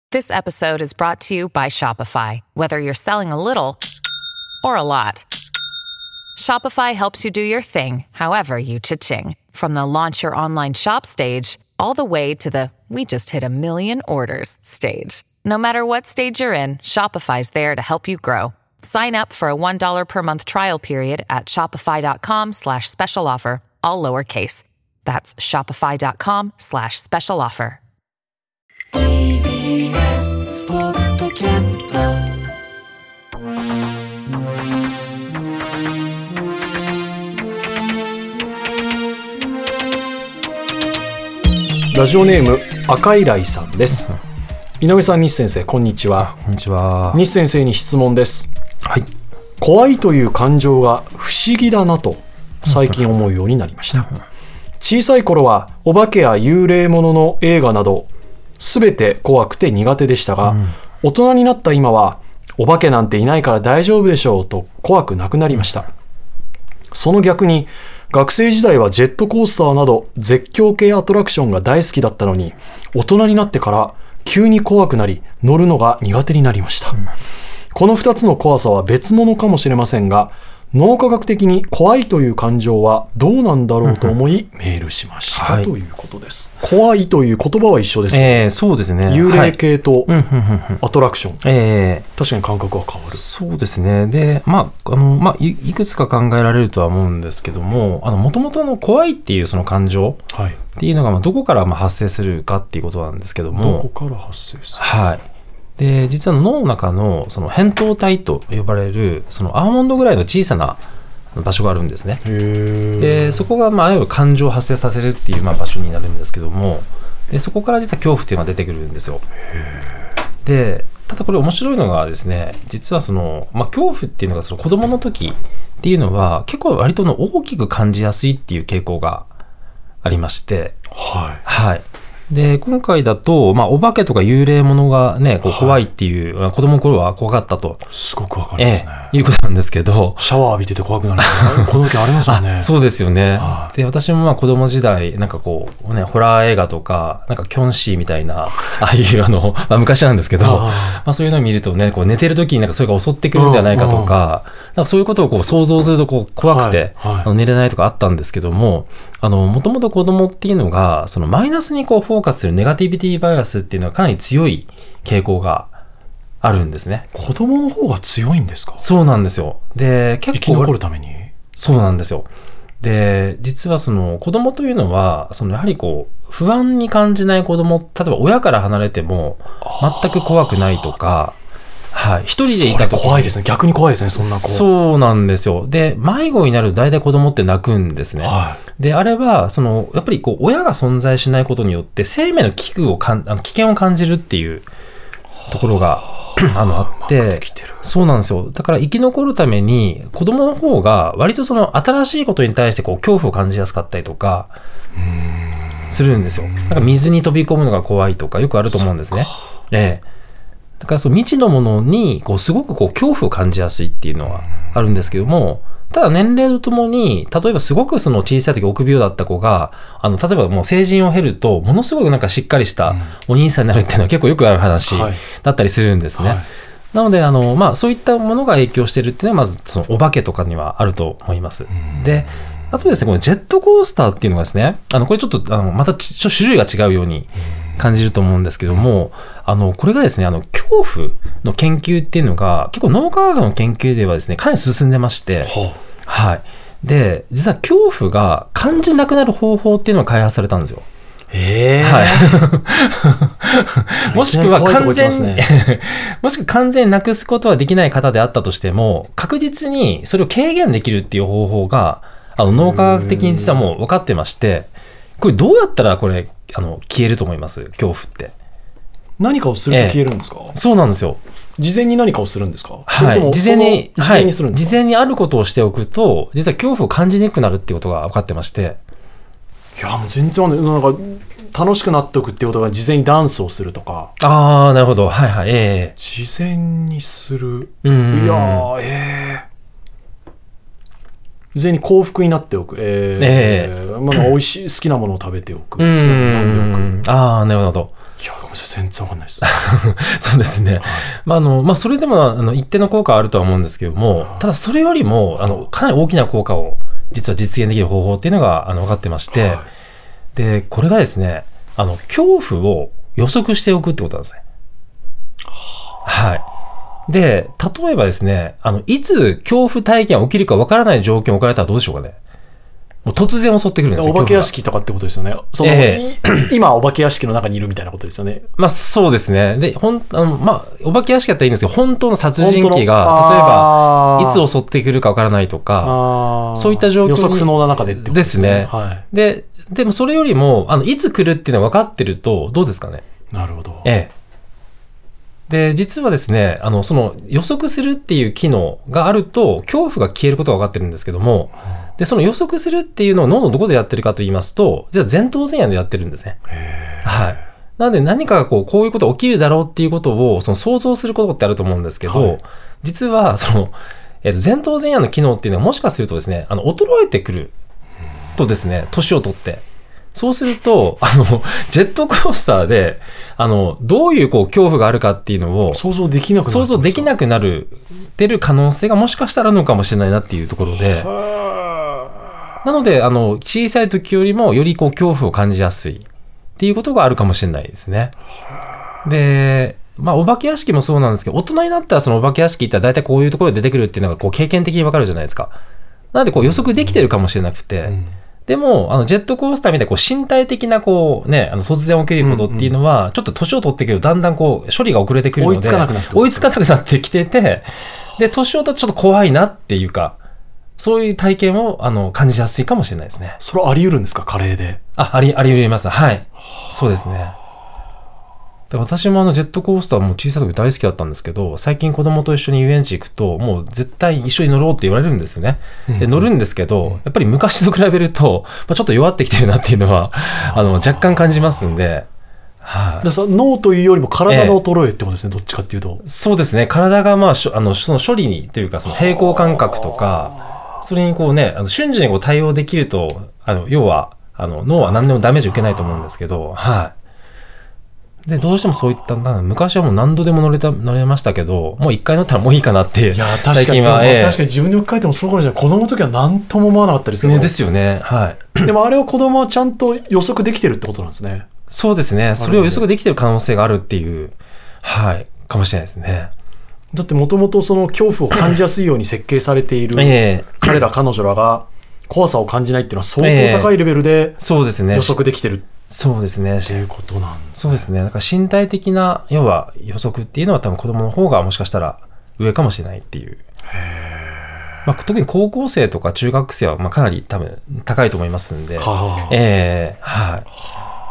This episode is brought to you by Shopify. Whether you're selling a little or a lot, Shopify helps you do your thing, however you cha-ching. From the launch your online shop stage, all the way to the we just hit 1 million orders stage. No matter what stage you're in, Shopify's there to help you grow. Sign up for a $1 per month trial period at shopify.com/special offer, all lowercase. That's shopify.com/special offer. TBS ポッドキャストラジオネーム赤い来さんです。井上さん、西先生、こんにちは。 こんにちは。 西先生に質問です。 はい。 怖いという感情が不思議だなと最近思うようになりました。小さい頃はお化けや幽霊ものの映画などすべて怖くて苦手でしたが、大人になった今はお化けなんていないから大丈夫でしょうと怖くなくなりました。その逆に学生時代はジェットコースターなど絶叫系アトラクションが大好きだったのに、大人になってから急に怖くなり乗るのが苦手になりました。この2つの怖さは別物かもしれませんが、脳科学的に怖いという感情はどうなんだろうと思いメールしました、はい、ということです。怖いという言葉は一緒ですけど、 そうですね、 幽霊系とアトラクション、確かに感覚は変わる。 そうですね。で、いくつか考えられるとは思うんですけども、もともとの怖いっていうその感情っていうのがどこから発生するかっていうことなんですけども、 どこから発生する。 はい。で、実は脳の中のその扁桃体と呼ばれるそのアーモンドぐらいの小さな場所があるんですね。で、そこがいわゆる感情を発生させるっていう場所になるんですけども、でそこから実は恐怖っていうのが出てくるんですよ。で、ただこれ面白いのがですね、実はその、恐怖っていうのがその子供の時っていうのは結構割と大きく感じやすいっていう傾向がありまして、はい。で、今回だと、お化けとか幽霊ものがね、怖いっていう、子供の頃は怖かったと。 すごくわかりますね。 いうことなんですけど。 シャワー浴びてて怖くなる。この時ありますよね。 そうですよね。で、私も子供時代、ホラー映画とか、キョンシーみたいな、ああいう昔なんですけど、そういうのを見るとね、寝てる時にそれが襲ってくるんじゃないかとか、そういうことを想像すると怖くて、寝れないとかあったんですけども、もともと子供っていうのが、そのマイナスにフォーカスするネガティビティバイアスっていうのはかなり強い傾向があるんですね。 子供の方が強いんですか？ そうなんですよ。で、結構生き残るために。 そうなんですよ。で、実はその子供というのは、やはり不安に感じない子供、例えば親から離れても全く怖くないとか、はい、一人でいたとき怖いですね。逆に怖いですね。そんな子。 そうなんですよ。で、迷子になると大体子供って泣くんですね。で、あれはやっぱり親が存在しないことによって生命の危険を感じるっていうところがあって、そうなんですよ。だから生き残るために子供の方が割と新しいことに対して恐怖を感じやすかったりとかするんですよ。水に飛び込むのが怖いとかよくあると思うんですね。だから未知のものにすごく恐怖を感じやすいっていうのはあるんですけども、ただ年齢とともに、例えばすごく小さい時臆病だった子が、例えばもう成人を経ると、ものすごくしっかりしたお兄さんになるっていうのは結構よくある話だったりするんですね。なので、そういったものが影響してるっていうのは、まずお化けとかにはあると思います。で、あとですね、このジェットコースターっていうのがですね、これちょっと、また種類が違うように感じると思うんですけども、これがですね、恐怖の研究っていうのが、結構脳科学の研究ではですね、かなり進んでまして、はい。で、実は恐怖が感じなくなる方法っていうのが開発されたんですよ。もしくは完全になくすことはできない方であったとしても、確実にそれを軽減できるっていう方法が、脳科学的に実はもう分かってまして、これどうやったら消えると思います？恐怖って。 何かをすると消えるんですか？ そうなんですよ。 事前に何かをするんですか？ はい。事前にするんですか？事前にあることをしておくと、実は恐怖を感じにくくなるっていうことが分かってまして。 いや、もう全然楽しくなっておくっていうことが事前にダンスをするとか。 ああ、なるほど。はいはい。 事前にする。いや事前に幸福になっておく。美味しい好きなものを食べておく。好きなものを飲んでおく。 ああ、なるほど。 いや、 全然わかんないです。 そうですね。それでも一定の効果はあるとは思うんですけども、ただそれよりもかなり大きな効果を実は実現できる方法っていうのが分かってまして、はい、でこれがですね恐怖を予測しておくってことなんですね。はい。で例えばですねいつ恐怖体験が起きるか分からない状況に置かれたらどうでしょうかね。もう突然襲ってくるんですよ。 お化け屋敷とかってことですよね。今お化け屋敷の中にいるみたいなことですよね。 そうですね。でお化け屋敷だったらいいんですけど、本当の殺人鬼が例えばいつ襲ってくるかわからないとか、そういった状況に予測不能な中でってことですね。 はい、 でもそれよりもいつ来るっていうのが分かってるとどうですかね。 なるほど。 で実はですねその予測するっていう機能があると恐怖が消えることが分かってるんですけども、でその予測するっていうのを脳のどこでやってるかと言いますと、実は前頭前野でやってるんですね。はい。なので何かがこういうことが起きるだろうっていうことを想像することってあると思うんですけど、はい、実は前頭前野の機能っていうのはもしかするとですね衰えてくるとですね、年を取ってそうするとジェットコースターでどういう恐怖があるかっていうのを想像できなくなる出る可能性がもしかしたらあるのかもしれないなっていうところで、なので小さい時よりもより恐怖を感じやすいっていうことがあるかもしれないですね。でお化け屋敷もそうなんですけど、大人になったらそのお化け屋敷行ったら大体こういうところで出てくるっていうのが経験的に分かるじゃないですか。なので予測できてるかもしれなくて、でもジェットコースターみたいな身体的な突然起きることっていうのは、ちょっと年を取ってくるとだんだん処理が遅れてくるので追いつかなくなってきてて、で年を取ってちょっと怖いなっていうか、そういう体験を感じやすいかもしれないですね。 それはあり得るんですか、加齢で。 あり得ます。はい。そうですね。で私もジェットコースターも小さい時大好きだったんですけど、最近子供と一緒に遊園地行くともう絶対一緒に乗ろうって言われるんですよね。で乗るんですけど、やっぱり昔と比べると、ちょっと弱ってきてるなっていうのは若干感じますんで、 脳というよりも体の衰えってことですね、どっちかっていうと。 そうですね。体がその処理にというか平衡感覚とか、それに瞬時に対応できると要は脳は何でもダメージ受けないと思うんですけど、はい。でどうしてもそういった昔はもう何度でも乗れましたけど、もう一回乗ったらもういいかなって。最近は確かに自分に置き換えてもそうかもしれない。子供の時は何とも思わなかったですけど、 ですよね。はい。 でもあれを子供はちゃんと予測できてるってことなんですね。 そうですね。それを予測できてる可能性があるっていう、はい、かもしれないですね。 だってもともとその恐怖を感じやすいように設計されている彼ら彼女らが怖さを感じないっていうのは相当高いレベルで予測できてる。 そうですね。 っていうことなんですね。 そうですね。だから身体的な要は予測っていうのは多分子供の方がもしかしたら上かもしれないっていう。特に高校生とか中学生はかなり多分高いと思いますんで。はい。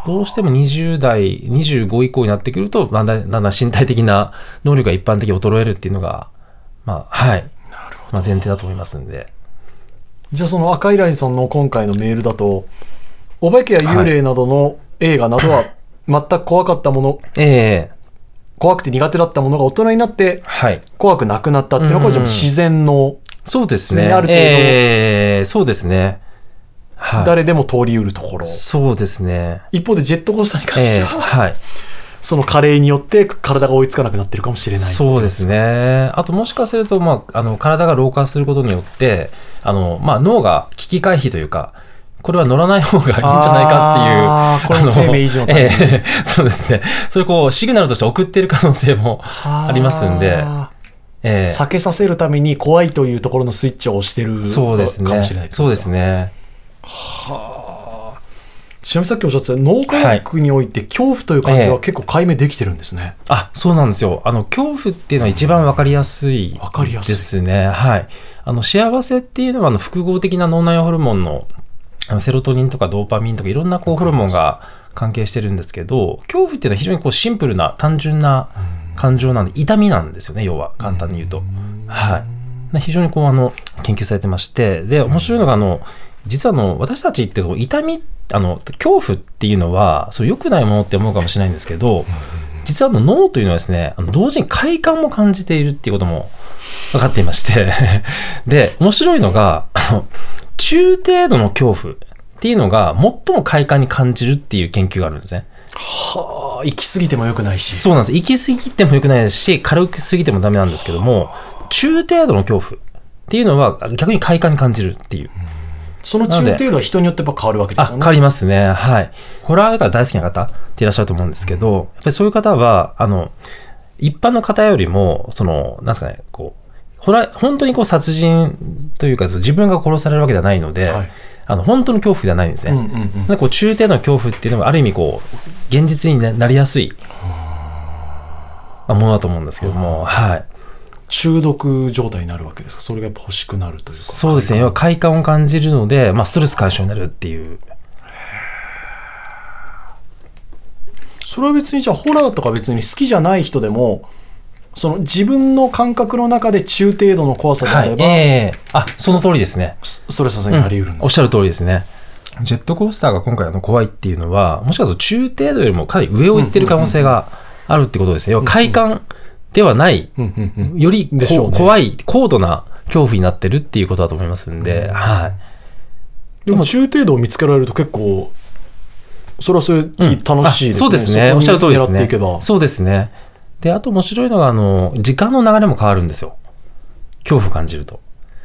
どうしても20代、25以降になってくるとだんだん身体的な能力が一般的に衰えるっていうのがはい。なるほど。前提だと思いますんで。 じゃあその赤いラインさんの今回のメールだと、お化けや幽霊などの映画などは全く怖かったもの、怖くて苦手だったものが大人になって怖くなくなったっていうのはこれ自然の、 そうですね。 ある程度、 そうですね。 はい、誰でも通りうるところ。 そうですね。 一方でジェットコースターに関しては、はい、その加齢によって体が追いつかなくなってるかもしれない。 そうですね。あともしかすると、体が老化することによって脳が危機回避というか、これは乗らない方がいいんじゃないかっていう。 これも生命維持のために。 そうですね。それシグナルとして送っている可能性もありますんで。 避けさせるために怖いというところのスイッチを押してるかもしれないですね。 そうですね。 ちなみにさっきおっしゃってた脳科学において恐怖という感じは結構解明できてるんですね。 そうなんですよ。恐怖っていうのは一番分かりやすいですね。はい。幸せっていうのは複合的な脳内ホルモンのセロトニンとかドーパミンとかいろんなホルモンが関係してるんですけど、恐怖っていうのは非常にシンプルな単純な感情なんで、痛みなんですよね、要は簡単に言うと。はい。非常に研究されてまして、で面白いのが実は私たちって痛み恐怖っていうのは良くないものって思うかもしれないんですけど、実は脳というのはですね同時に快感も感じているっていうことも分かっていましてで面白いのが中程度の恐怖っていうのが最も快感に感じるっていう研究があるんですね。 はあ、行き過ぎても良くないし。 そうなんです。行き過ぎても良くないですし、軽く過ぎてもダメなんですけども、中程度の恐怖っていうのは逆に快感に感じるっていう。 その中程度は人によってやっぱ変わるわけですよね。 変わりますね。はい。ホラー映画大好きな方っていらっしゃると思うんですけど、やっぱりそういう方は、一般の方よりも、なんですかね、こう、本当にこう殺人というか、自分が殺されるわけではないので、はい、本当の恐怖ではないんですね。でこう中程度の恐怖っていうのは、ある意味こう、現実になりやすいものだと思うんですけども、はい。 中毒状態になるわけですか。それがやっぱ欲しくなるというか。 そうですね。要は快感を感じるので、ストレス解消になるっていう。 それは別にじゃあホラーとか別に好きじゃない人でも、その自分の感覚の中で中程度の怖さであれば、 その通りですね。 それはさすがになり得るんですか、 おっしゃる通りですね。ジェットコースターが今回怖いっていうのは、もしかすると中程度よりもかなり上を行ってる可能性があるってことですね。要は快感ではない、より怖い、高度な恐怖になってるっていうことだと思いますんで、はい。 でも中程度を見つけられると結構、それはそれ楽しいですね。 そうですね。おっしゃる通りですね。そうですね。で、あと面白いのが、時間の流れも変わるんですよ。恐怖を感じると。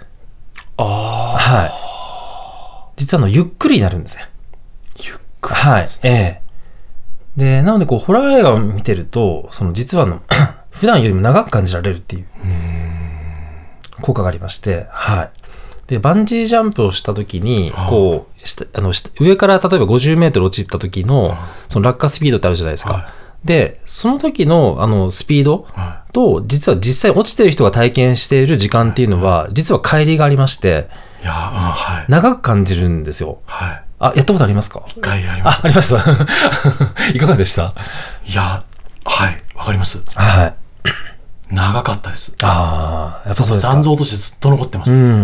はい。実はゆっくりになるんですね。 ゆっくりですね。 はい。で、なので、ホラー映画を見てると、実は普段よりも長く感じられるっていう効果がありまして、はい。で、バンジージャンプをしたときに、こう、上から例えば50メートル落ちた時の、落下スピードってあるじゃないですか。で、その時の、スピードと、実際落ちてる人が体験している時間っていうのは、実は乖離がありまして、長く感じるんですよ。やったことありますか？ 一回ありました。 ありましたいかがでした？ いや、はい、わかります。 はい。 長かったです。 やっぱそうですか。 残像としてずっと残ってます。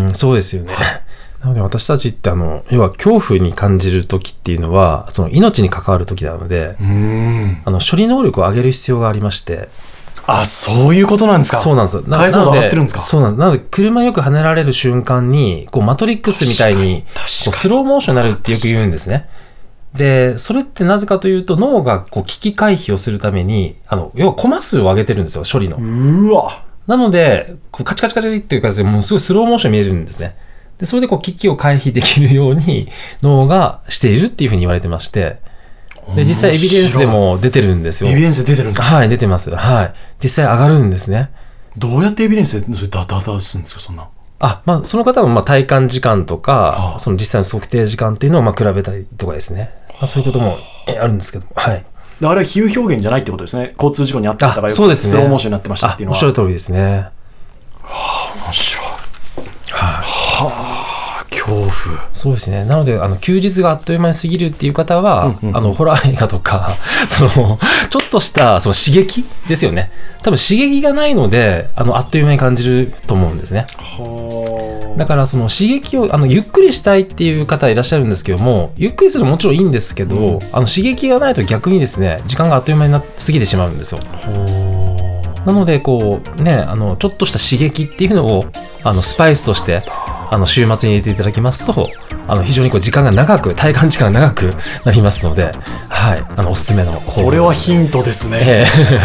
そうですよね。なので私たちって要は恐怖に感じる時っていうのは、命に関わる時なので、処理能力を上げる必要がありまして。 そういうことなんですか。 そうなんです。 解像度上がってるんですか。 そうなんです。なので、車よく跳ねられる瞬間に、マトリックスみたいに、スローモーションになるってよく言うんですね。で、それってなぜかというと、脳が危機回避をするために、要はコマ数を上げてるんですよ、処理の。 うわ。 なので、カチカチカチっていう感じで、もうすごいスローモーション見えるんですね。で、それで危機を回避できるように、脳がしているっていうふうに言われてまして、で、実際エビデンスでも出てるんですよ。 エビデンスで出てるんですか？ はい、出てます。はい。実際上がるんですね。 どうやってエビデンスでそれダダダするんですか、そんな。 その方の体感時間とか、その実際の測定時間っていうのを比べたりとかですね。そういうこともあるんですけども。はい。 あれは比喩表現じゃないってことですね。交通事故にあった方がよくスローモーションになってましたっていうのは。 おっしゃる通りですね。 面白い。恐怖。 そうですね。なので、休日があっという間に過ぎるっていう方は、ホラー映画とか、ちょっとした、刺激ですよね。多分刺激がないので、あっという間に感じると思うんですね。だから、刺激を、ゆっくりしたいっていう方いらっしゃるんですけども、ゆっくりするのももちろんいいんですけど、刺激がないと逆にですね、時間があっという間に過ぎてしまうんですよ。なので、ちょっとした刺激っていうのを、スパイスとして、週末に入れていただきますと、非常に時間が長く、体感時間が長くなりますので、はい、おすすめの。 これはヒントですね。あり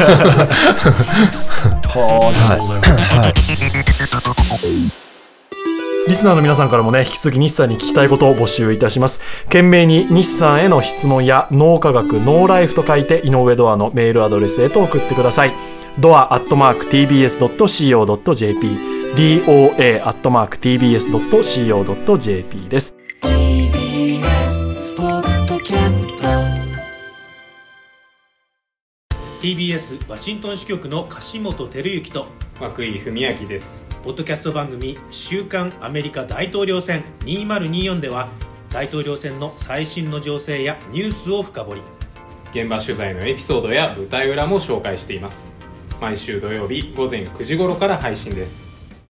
がとうございます。はい。リスナーの皆さんからもね、引き続き日産に聞きたいことを募集いたします。懸命に日産への質問や脳科学ノーライフと書いて井上ドアのメールアドレスへと送ってください。doa@tbs.co.jp doa@tbs.co.jp です。 TBS ポッドキャスト TBS ワシントン支局の樫本照之と涌井文明です。 ポッドキャスト番組週刊アメリカ大統領選2024では大統領選の最新の情勢やニュースを深掘り、 現場取材のエピソードや舞台裏も紹介しています。毎週土曜日午前9時頃から配信です。